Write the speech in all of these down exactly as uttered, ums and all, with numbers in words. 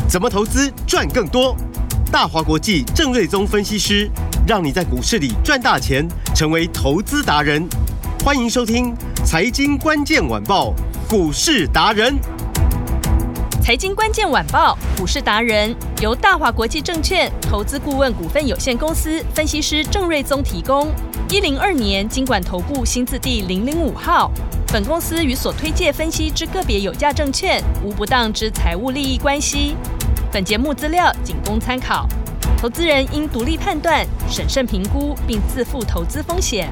怎么投资赚更多？大华国际郑瑞宗分析师让你在股市里赚大钱，成为投资达人。欢迎收听《财经关键晚报》股市达人。 财经关键晚报股市达人由大华国际证券投资顾问股份有限公司分析师郑瑞宗提供。一零二年金管投顾新字第零零五号。本公司与所推介分析之个别有价证券无不当之财务利益关系。本节目资料仅供参考，投资人应独立判断、审慎评估，并自负投资风险。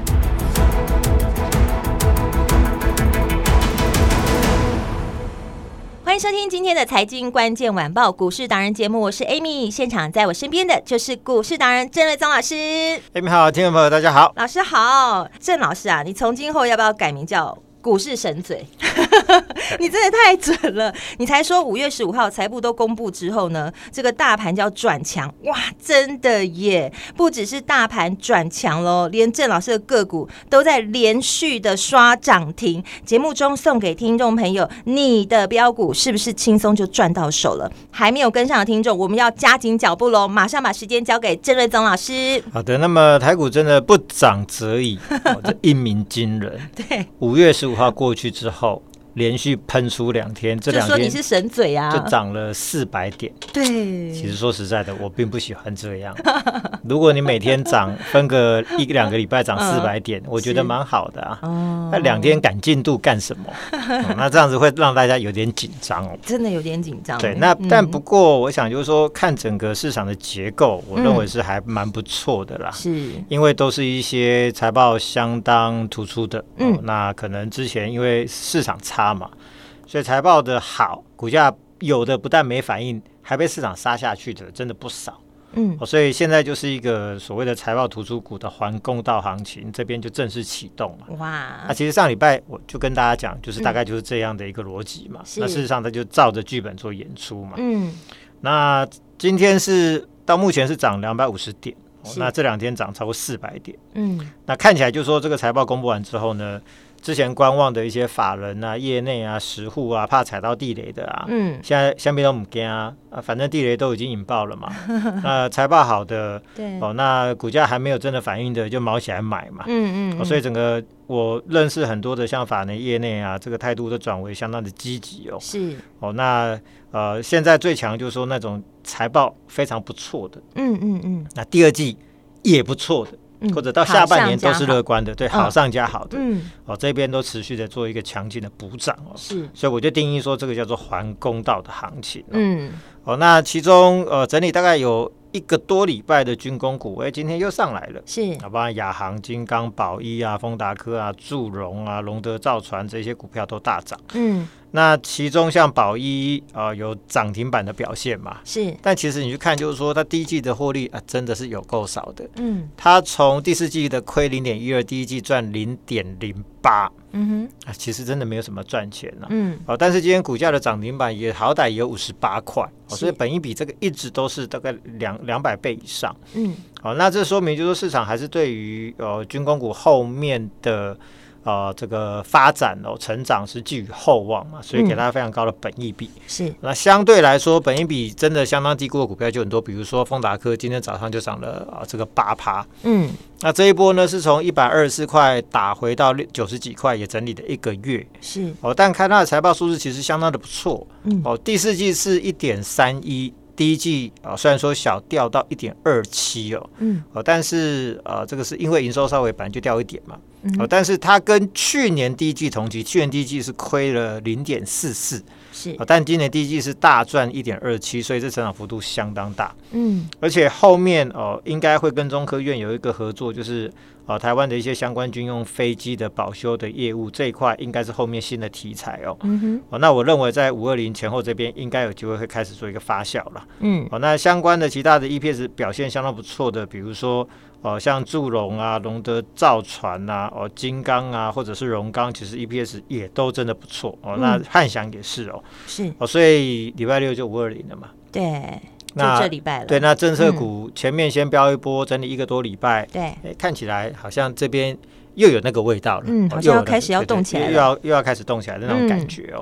欢迎收听今天的财经关键晚报股市达人节目，我是 Amy， 现场在我身边的就是股市达人郑瑞宗老师。 Amy 好，听众朋友大家好。 老师好。郑老师啊，你从今后要不要改名叫股市神嘴？你真的太准了！你才说五月十五号财报都公布之后呢，这个大盘就要转强，哇，真的耶！不只是大盘转强咯，连郑老师的个股都在连续的刷涨停。节目中送给听众朋友，你的标股是不是轻松就赚到手了？还没有跟上的听众，我们要加紧脚步咯，马上把时间交给郑瑞宗老师。 好的，那么台股真的不涨则已，哦、这一鸣惊人。 对， 五月十五号过去之后，连续喷出两天，这两天就说你是神嘴啊， 就涨了四百点。 对， 其实说实在的，我并不喜欢这样。如果你每天涨，分个一两个礼拜涨四百点，嗯、我觉得蛮好的啊。哦，那两天赶进度干什么？嗯、那这样子会让大家有点紧张哦， 真的有点紧张。 对，那、嗯、但不过我想就是说，看整个市场的结构，我认为是还蛮不错的啦。是、嗯，因为都是一些财报相当突出的。嗯、哦，那可能之前因为市场差嘛，所以财报的好，股价有的不但没反应，还被市场杀下去的真的不少。嗯、哦，所以现在就是一个所谓的财报突出股的还公道行情，这边就正式启动了。哇！那其实上礼拜我就跟大家讲，就是大概就是这样的一个逻辑嘛。嗯、那事实上它就照着剧本做演出嘛。嗯。那今天是到目前是涨两百五十点。哦、那这两天涨超过四百点。嗯。那看起来就是说这个财报公布完之后呢，之前观望的一些法人啊、业内啊、实户啊，怕踩到地雷的啊，嗯，现在下面都不惊啊，反正地雷都已经引爆了嘛。那财报好的，对哦，那股价还没有真的反应的，就毛起来买嘛。嗯 嗯, 嗯、哦。所以整个我认识很多的像法人业内啊，这个态度都转为相当的积极哦。是哦，那呃，现在最强就是说那种财报非常不错的，嗯嗯嗯，那第二季也不错的。或者到下半年都是乐观的，对，好上加好的，嗯，哦，这边都持续的做一个强劲的补涨哦，是，所以我就定义说这个叫做还公道的行情，哦，嗯，哦，那其中呃整理大概有一个多礼拜的军工股，哎，今天又上来了，是，啊，包括亚航、金刚、宝一啊、丰达科啊、祝融啊、龙德造船这些股票都大涨，嗯。那其中像宝一啊、呃、有涨停板的表现嘛，是，但其实你去看就是说它第一季的获利啊真的是有够少的，嗯，它从第四季的亏零点一二，第一季赚零点零八，嗯哼，啊其实真的没有什么赚钱了，嗯，哦，但是今天股价的涨停板也好歹也有五十八块，哦，所以本益比这个一直都是大概两两百倍以上，嗯，好，那这说明就是说市场还是对于呃军工股后面的。呃，这个发展哦，成长是寄予厚望嘛，所以给它非常高的本益比。嗯、是，那相对来说，本益比真的相当低估的股票就很多，比如说丰达科今天早上就涨了啊、呃，这个八趴。嗯，那这一波呢是从一百二十四块打回到九十几块，也整理了一个月。是，哦，但看它的财报数字其实相当的不错。嗯，哦，第四季是一点三一。第一季啊、呃，虽然说小掉到一点二七哦，嗯，哦，但是呃，这个是因为营收稍微本来就掉一点嘛，嗯、哦，但是它跟去年第一季同期，去年第一季是亏了零点四四，是、哦，但今年第一季是大赚一点二七，所以这成长幅度相当大，嗯，而且后面哦、呃，应该会跟中科院有一个合作，就是呃，台湾的一些相关军用飞机的保修的业务这一块，应该是后面新的题材哦，嗯哼，哦，那我认为在五二零前后这边应该有机会会开始做一个发酵了。嗯，哦，那相关的其他的 E P S 表现相当不错的，比如说，哦、呃，像祝融啊、龙德造船啊、哦金刚啊，或者是荣钢，其实 E P S 也都真的不错哦。嗯、那汉翔也是哦，是哦，所以礼拜六就五二零了嘛。对。那就这礼拜了，对，那政策股前面先飙一波，整理一个多礼拜，对、嗯，看起来好像这边又有那个味道了，嗯，好像要开始要动起来了，又要又要开始动起来的那种感觉哦，嗯，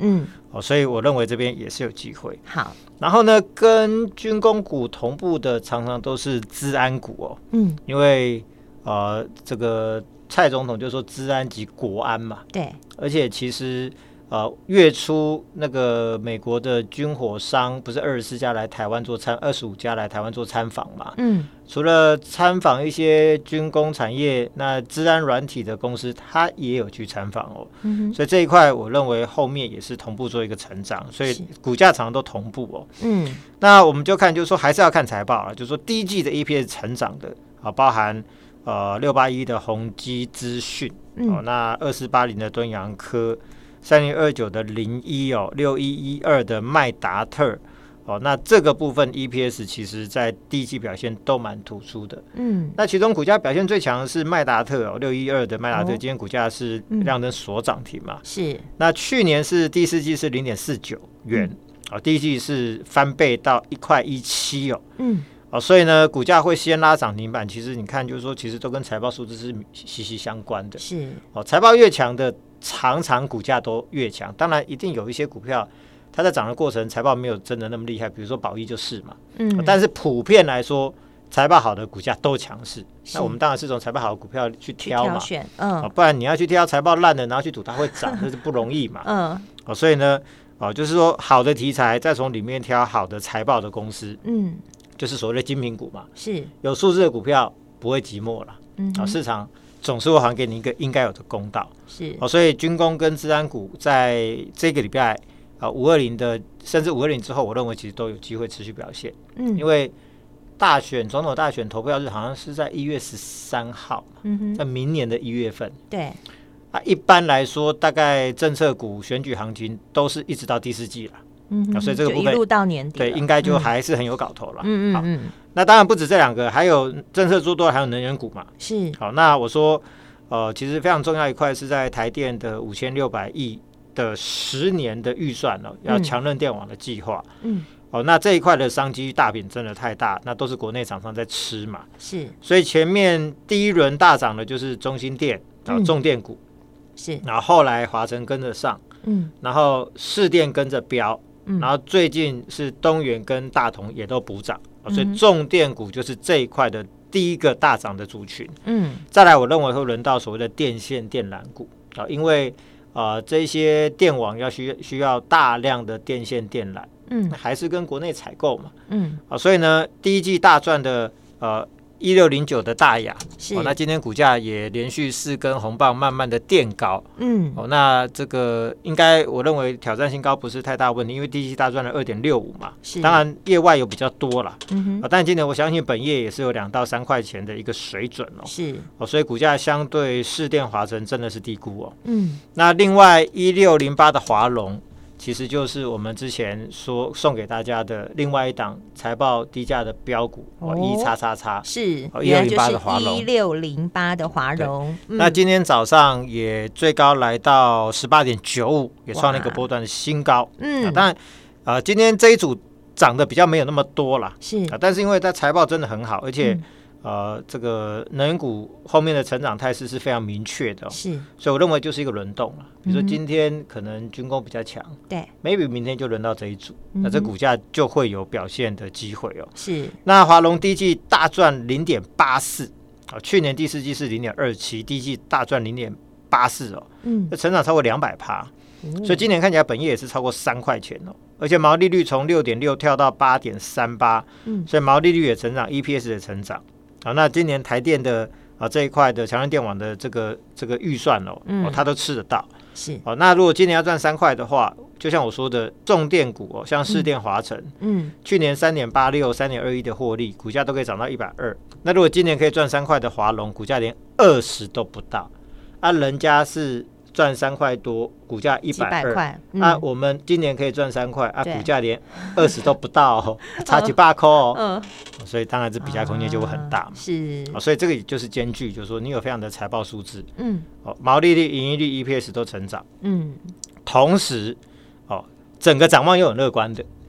哦，所以我认为这边也是有机会。 好， 然后呢，跟军工股同步的常常都是资安股哦，嗯，因为呃，这个蔡总统就说资安及国安嘛， 对， 而且其实呃，月初那个美国的军火商不是二十四家来台湾做参，二十五家来台湾做参访嘛，嗯，除了参访一些军工产业，那资安软体的公司，它也有去参访哦，嗯，所以这一块我认为后面也是同步做一个成长，所以股价常常都同步哦，嗯，那我们就看就是说还是要看财报啊，就是说第一季的 E P S 成长的啊，包含呃六八一的宏基资讯，嗯，哦，那二四八零的敦洋科。三零二九的零一哦，六一一二的麦达特哦，那这个部分 E P S 其实在第一季表现都蛮突出的，嗯，那其中股价表现最强的是麦达特哦，六一二的麦达特，哦，今天股价是亮灯锁涨停嘛，是，那去年是第四季是零点四九元，嗯，哦，第一季是翻倍到一块一七哦，嗯。哦，所以呢，股价会先拉涨停板，其实你看，就是说，其实都跟财报数字是息息相关的。是，哦，财报越强的，常常股价都越强。当然，一定有一些股票，它在涨的过程，财报没有真的那么厉害，比如说宝益就是嘛。嗯，哦，但是普遍来说，财报好的股价都强势。那我们当然是从财报好的股票去挑嘛，去挑选，嗯，哦，不然你要去挑财报烂的，然后去赌它会涨，那是不容易嘛。嗯，哦，所以呢，哦，就是说好的题材，再从里面挑好的财报的公司，嗯。就是所谓的精品股嘛，是有素质的股票不会寂寞了，嗯，啊，市场总是会还给你一个应该有的公道，是，哦，所以军工跟资安股在这个礼拜啊五二零的甚至五二零之后，我认为其实都有机会持续表现，嗯，因为大选总统大选投票日好像是在一月十三号，嗯，在明年的一月份，对，啊，一般来说大概政策股选举行情都是一直到第四季了。 嗯，所以这个部分一路到年底， 对，应该就还是很有搞头了。嗯嗯嗯。那当然不止这两个，还有政策做多，还有能源股嘛。是。好，那我说，呃，其实非常重要一块是在台电的五千六百亿的十年的预算哦，要强韧电网的计划。嗯。哦，那这一块的商机大饼真的太大，那都是国内厂商在吃嘛。是。所以前面第一轮大涨的就是中兴电，然后重电股。是。然后后来华城跟着上，嗯，然后市电跟着飙。然后最近是东元跟大同也都补涨，嗯，所以重电股就是这一块的第一个大涨的族群。嗯，再来我认为会轮到所谓的电线电缆股啊，因为呃这些电网要需需要大量的电线电缆，嗯，还是跟国内采购嘛，嗯，啊，所以呢第一季大赚的呃。一六零九的大雅，哦，那今天股价也连续四根红棒，慢慢的垫高，嗯，哦，那这个应该我认为挑战性高不是太大问题，因为第一季大赚了二点六五嘛，当然业外有比较多啦，嗯哼，哦，但今年我相信本业也是有两到三块钱的一个水准哦，是，哦，所以股价相对市电华城真的是低估哦，嗯，那另外一六零八的华龙。其实就是我们之前说送给大家的另外一档财报低价的标股哦，一叉叉叉是一六零八的华龙，一六零八的华龙。那今天早上也最高来到十八点九五，也创了一个波段的新高。嗯，啊、当然，呃，今天这一组涨的比较没有那么多啦，是啊，但是因为它财报真的很好，而且。嗯呃，这个能源股后面的成长态势是非常明确的，哦，是，所以我认为就是一个轮动了。比如说今天可能军工比较强，对 ，maybe 明天就轮到这一组，嗯，那这股价就会有表现的机会哦。是，那华龙第一季大赚零点八四，啊，去年第四季是零点二七，第一季大赚零点八四哦，嗯，成长超过两百趴，所以今年看起来本业也是超过三块钱哦。而且毛利率从六点六跳到八点三八，嗯，所以毛利率也成长 ，E P S 也成长。好，那今年台电的啊这一块的强韧电网的这个这个预算哦，嗯，哦它都吃得到，是哦。那如果今年要赚三块的话，就像我说的重电股哦，像市电华城，嗯，去年三点八六、三点二一的获利，股价都可以涨到一百二。那如果今年可以赚三块的华龙，股价连二十都不到，啊，人家是赚三块多，股价一百二，啊，我们今年可以赚三块，啊，股价连二十都不到，哦，差几百块哦。嗯。所以当然这比价空间就会很大嘛，是，哦，所以这个就是兼具，就是说你有非常的财报数字，嗯，哦，毛利率、盈利率、E P S 都成长，嗯，同时，哦，整个展望又很乐观的，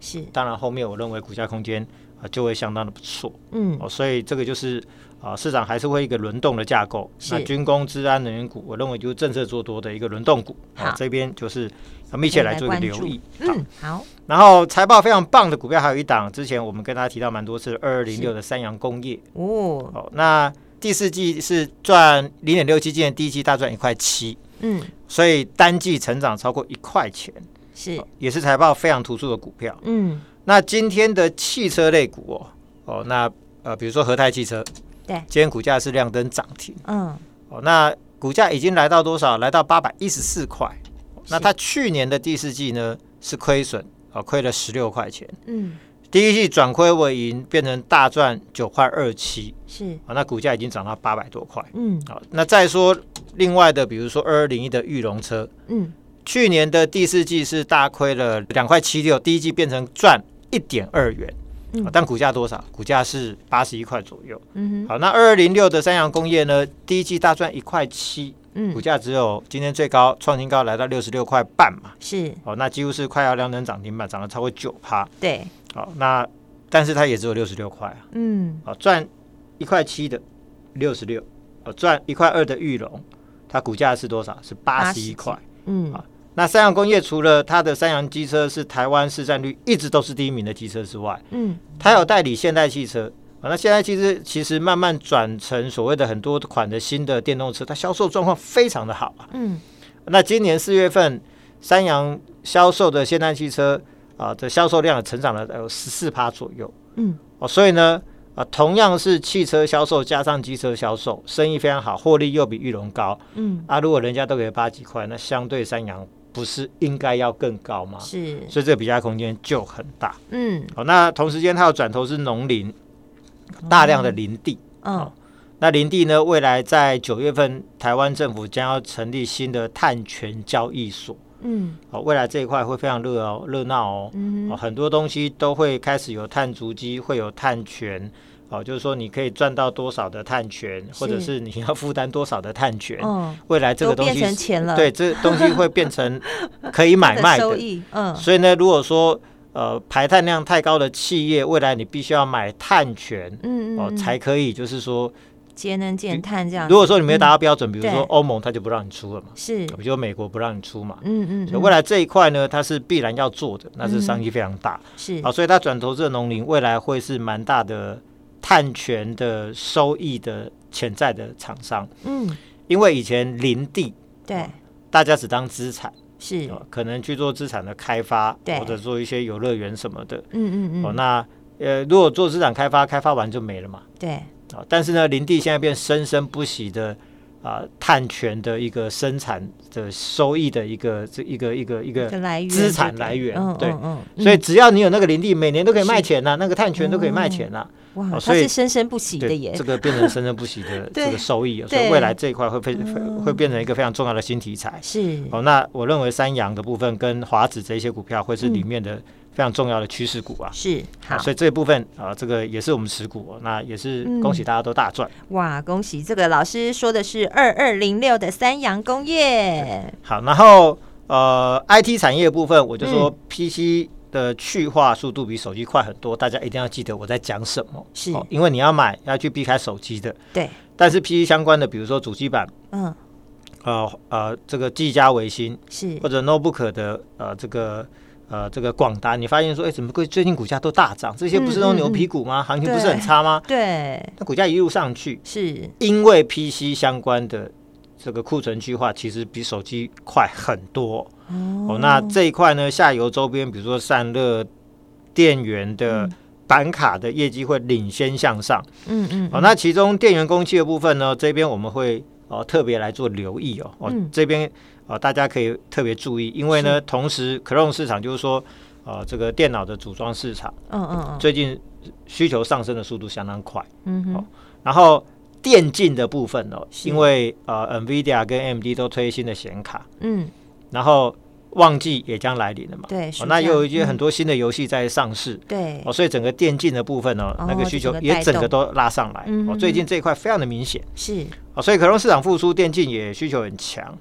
是， 当然后面我认为股价空间啊就会相当的不错，嗯，哦，所以这个就是啊市场还是会一个轮动的架构。那军工、治安、能源股，我认为就是政策做多的一个轮动股，啊，这边就是要密切来做一个留意。 嗯，好。 然后财报非常棒的股票还有一档，之前我们跟大家提到蛮多次，二二零六的三洋工业哦，哦，那第四季是赚零点六七，今年第一季大赚一块七，嗯，所以单季成长超过一块钱。是，也是财报非常突出的股票。嗯，那今天的汽车类股哦，哦，那呃，比如说和泰汽车，对，今天股价是亮灯涨停。嗯，哦，那股价已经来到多少？来到八百一十四块。那它去年的第四季呢是亏损，哦，亏了十六块钱。嗯，第一季转亏为盈，变成大赚九块二七。是，哦，那股价已经涨到八百多块。嗯，好，那再说另外的，比如说二二零一的裕隆车，嗯。去年的第四季是大亏了两块七六，第一季变成赚一点二元，嗯，但股价多少？股价是八十一块左右。嗯，好，那二二零六的三洋工业呢？第一季大赚一块七，嗯，股价只有今天最高创新高来到六十六块半嘛。是，哦，那几乎是快要亮灯涨停板，涨了超过九趴。对，好，那但是它也只有六十六块啊。嗯，好，赚一块七的六十六，哦，赚一块二的裕隆，它股价是多少？是八十一块。嗯，好。那三洋工业除了它的三洋机车是台湾市占率一直都是第一名的机车之外，嗯，它有代理现代汽车，啊，那现代汽车其实慢慢转成所谓的很多款的新的电动车，它销售状况非常的好啊。嗯，那今年四月份三洋销售的现代汽车啊的销售量成长了有十四趴左右。嗯，哦，所以呢，啊，同样是汽车销售加上机车销售，生意非常好，获利又比裕隆高。嗯，啊，如果人家都给八几块，那相对三洋不是应该要更高吗？是，所以这个比价空间就很大。嗯，好，那同时间它有转投资农林，大量的林地。嗯，哦，那林地呢，未来在九月份，台湾政府将要成立新的碳权交易所。嗯，好，未来这一块会非常热哦，热闹哦。嗯，哦，很多东西都会开始有碳足迹，会有碳权。哦，就是说你可以赚到多少的碳权，或者是你要负担多少的碳权，嗯，未来这个东西变成钱了， 对，这东西会变成可以买卖的收益。嗯，所以呢，如果说呃排碳量太高的企业，未来你必须要买碳权，嗯嗯，哦，才可以，就是说节能减碳这样。 如果说你没有达到标准，嗯，比如说欧盟它就不让你出了嘛，是，比如说美国不让你出嘛，嗯嗯，所以未来这一块呢，它是必然要做的，那是商机非常大，是，嗯，啊，所以它转投资的农林未来会是蛮大的碳权的收益的潜在的厂商。嗯，因为以前林地对，哦，大家只当资产，是，哦，可能去做资产的开发，或者做一些游乐园什么的。嗯嗯嗯，哦，那呃，如果做资产开发，开发完就没了嘛。对，哦，但是呢，林地现在变生生不息的啊，呃，碳权的一个生产的收益的一个这一个一个一个资产来源。对，嗯嗯嗯，所以只要你有那个林地，每年都可以卖钱呐，啊，那个碳权都可以卖钱呐，啊。 哇，哦，它是生生不息的耶， 这个变成生生不息的这个收益，所以未来这一块会非、嗯、会变成一个非常重要的新题材。是，哦，那我认为三洋的部分跟华指这些股票会是里面的非常重要的趋势股啊。是，好，所以这一部分啊，这个也是我们持股，那也是恭喜大家都大赚。 嗯，哇，恭喜这个老师说的是二二零六的三洋工业。 好，然后呃 I T 产业部分，我就说 P C、嗯的去化速度比手机快很多，大家一定要记得我在讲什么。是，哦，因为你要买要去避开手机的。对。但是 P C 相关的，比如说主机板，嗯，呃呃，这个技嘉、微星，是，或者 notebook 的呃这个呃这个广达，你发现说，哎，怎么最近股价都大涨？这些不是都牛皮股吗？嗯嗯，行情不是很差吗？对。那股价一路上去，是因为 P C 相关的这个库存去化其实比手机快很多。哦，那这一块呢，下游周边，比如说散热、电源的板卡的业绩会领先向上。嗯嗯。哦，那其中电源供气的部分呢，这边我们会哦特别来做留意哦。哦，嗯，这边哦大家可以特别注意，因为呢，同时可用市场就是说，呃，这个电脑的组装市场，嗯嗯嗯，最近需求上升的速度相当快。嗯哼。哦，然后电竞的部分哦，因为呃 Nvidia 跟 A M D 都推新的显卡。嗯。然后旺季也将来临了嘛？对，哦，那又有一些很多新的游戏在上市，对，哦，所以整个电竞的部分呢，哦，那个需求也整个都拉上来。嗯，哦，最近这一块非常的明显，是，哦，所以可能市场复苏，电竞也需求很强。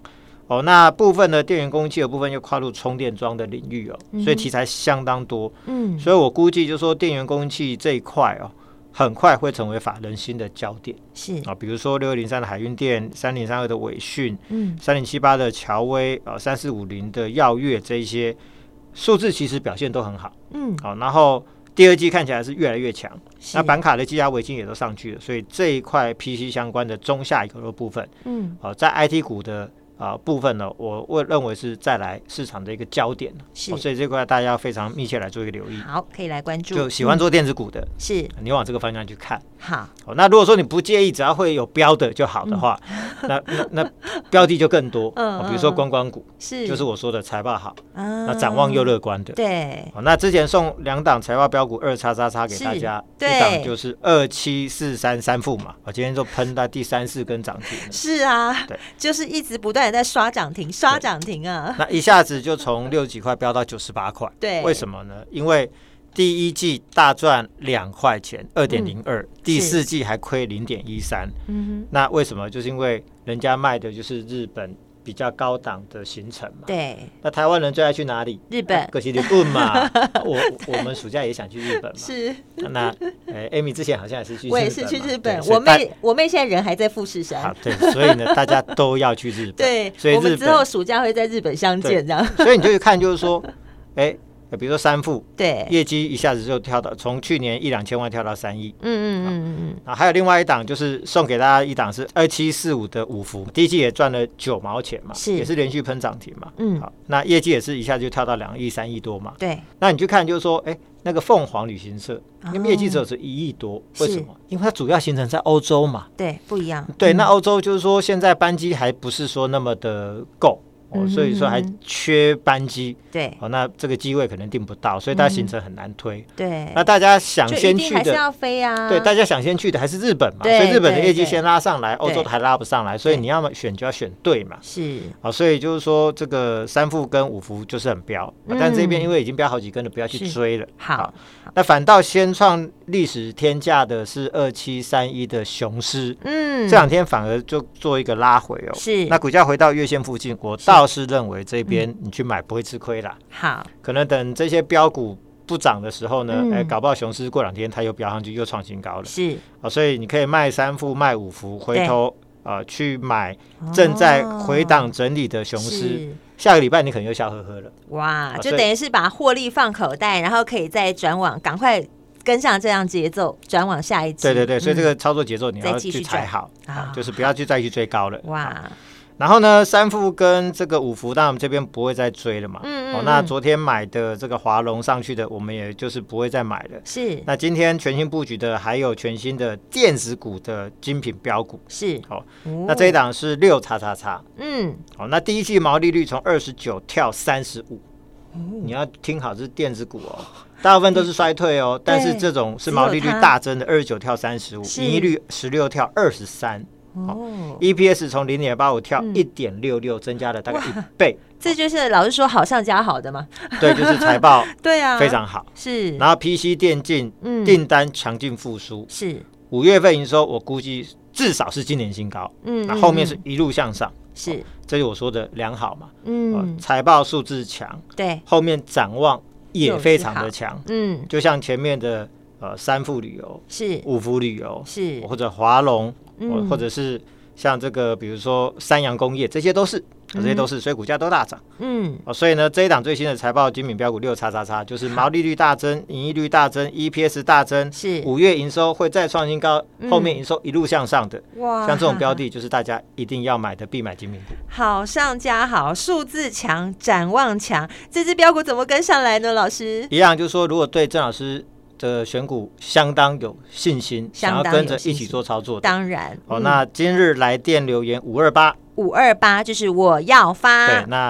哦，那部分的电源供应器的部分又跨入充电桩的领域哦， 嗯、 所以题材相当多。 嗯， 所以我估计就是说电源供应器这一块哦，很快会成为法人心的焦点。 是啊，比如说六二零三的海运电、三零三二的伟讯、 嗯， 三零七八的乔威、啊三四五零的耀月，这一些数字其实表现都很好。 嗯， 好、啊，然后第二季看起来是越来越强。那板卡的积压维金也都上去了，所以这一块 P C 相关的中下游的部分， 嗯， 好、啊，在 I T 股的。啊、呃，部分呢，我我认为是再来市场的一个焦点， 是、 哦，所以这块大家要非常密切来做一个留意。 好，可以来关注。 就喜欢做电子股的，嗯、 是你往这个方向去看。 好， 哦，那如果说你不介意，只要会有标的就好的话，嗯、那那那标的就更多。嗯、哦，比如说观光股，是就是我说的财报好，啊、那展望又乐观的。 对。 哦，那之前送两档财报标股二叉叉叉给大家，一档就是二七四三三富嘛，我今天就喷到第三四根涨停了。 是啊，对，就是一直不断的在刷涨停。刷涨停啊！ 那一下子就从六十几块飙到九十八块， 对， 为什么呢？因为第一季大赚两块钱，二点零二，第四季还亏零点一三。嗯，那为什么？就是因为人家卖的就是日本比较高档的行程嘛。 对。 那台湾人最爱去哪里？ 日本。 可惜日本嘛。我我们暑假也想去日本嘛。 是。 那呃 ，Amy 之前好像也是去日本。 我也是去日本。我妹我妹现在人还在富士山。 好，对，所以呢，大家都要去日本。 对。 所以我们之后暑假会在日本相见，这样。 所以你就去看，就是说，哎。比如说三富， 对， 业绩一下子就跳到从去年一两千万跳到三亿， 嗯嗯嗯嗯， 啊，还有另外一档就是送给大家一档是二七四五的五福，第一季也赚了九毛钱嘛，是也是连续喷涨停嘛，嗯，好，那业绩也是一下就跳到两亿三亿多嘛， 对， 那你去看就是说，哎，那个凤凰旅行社，因为业绩只有是一亿多，为什么？因为它主要行程在欧洲嘛， 对，不一样， 对，那欧洲就是说现在班机还不是说那么的够。哦，所以说还缺班机， 对， 哦，那这个机位可能订不到，所以它行程很难推。 嗯、对， 那大家想先去的， 还是要飞啊。 对，大家想先去的还是日本嘛，所以日本的业绩先拉上来，欧洲还拉不上来，所以你要么选就要选对嘛。 是， 好，所以就是说这个三富跟五福就是很标，嗯、但这边因为已经标好几根了，不要去追了。 好，好那反倒先创历史天价的是二七三一的雄狮，嗯，这两天反而就做一个拉回哦。 是， 那股价回到月线附近，我倒是认为这。这边你去买不会吃亏啦。 好， 可能等这些标股不涨的时候呢，哎、嗯欸，搞不好雄狮过两天它又飙上去，又创新高了。 是啊，所以你可以卖三富、卖五福，回头呃去买正在回档整理的雄狮。哦、下个礼拜你可能又笑呵呵了。 哇，啊、就等于是把获利放口袋，然后可以再转往，赶快跟上这样节奏，转往下一季。 对对对，所以这个操作节奏你要去踩好，嗯啊、就是不要去再去追高了。 哇。 然后呢，三富跟这个五福，当然我们这边不会再追了嘛。嗯嗯、哦。那昨天买的这个华龙上去的，我们也就是不会再买了。 是。 那今天全新布局的还有全新的电子股的精品标股。 是。 好、哦，那这一档是六叉叉叉。嗯。好、哦，那第一季毛利率从二十九跳三十五。你要听好，这是电子股哦，大部分都是衰退哦，但是这种是毛利率大增的，二十九跳三十五，盈利率十六跳二十三。哦 ，E P S 从零点八五跳一点六六，增加了大概一倍。 这就是老实说好上加好的嘛。 对，就是财报对啊， 非常好。 是， 然后 P C 电竞订单强劲复苏， 是五月份营收我估计至少是今年新高。嗯，那后面是一路向上， 是、哦， 这是我说的良好嘛。 嗯， 呃、财报数字强， 对， 后面展望也非常的强。嗯，就像前面的呃三富旅游是， 五福旅游是， 或者华龙。嗯、或者是像这个，比如说三洋工业，这些都是，这些都是，所以股价都大涨。嗯、哦，所以呢，这一档最新的财报精品标股六叉叉叉，就是毛利率大增，盈利率大增 ，E P S 大增， 是五月营收会再创新高，嗯、后面营收一路向上的。哇，像这种标的，就是大家一定要买的必买精品股。 好上加好，数字强，展望强，这支标股怎么跟上来呢？老师一样，就是说，如果对郑老师的选股相当有信心，想要跟着一起做操作的， 当然。 哦，嗯、那今日来电留言五二八五二八就是我要发。 对，那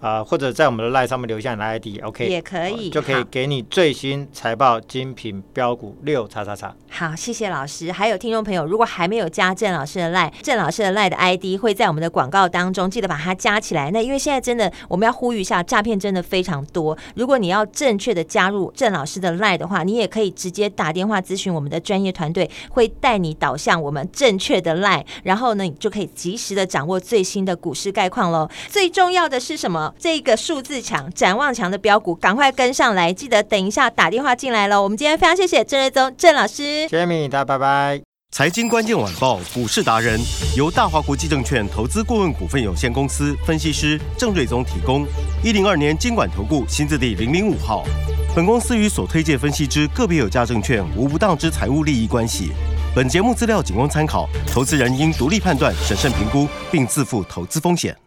呃，或者在我们的 LINE 上面留下你的 I D，OK，、okay, 也可以、 呃，就可以给你最新财报精品标股六叉叉叉。 好，谢谢老师。还有听众朋友，如果还没有加郑老师的 LINE， 郑老师的 LINE 的 I D 会在我们的广告当中，记得把它加起来。那因为现在真的，我们要呼吁一下，诈骗真的非常多。如果你要正确的加入郑老师的 LINE 的话，你也可以直接打电话咨询我们的专业团队，会带你导向我们正确的 LINE， 然后呢，你就可以及时的掌握最新的股市概况喽。最重要的是什么？这个数字强、展望强的标股，赶快跟上来！记得等一下打电话进来喽。我们今天非常谢谢郑瑞宗郑老师， 谢谢米大，拜拜。 财经关键晚报股市达人由大华国际证券投资顾问股份有限公司分析师郑瑞宗提供。一零二年金管投顾新字第零零五号。本公司与所推介分析之个别有价证券无不当之财务利益关系。本节目资料仅供参考，投资人应独立判断、审慎评估，并自负投资风险。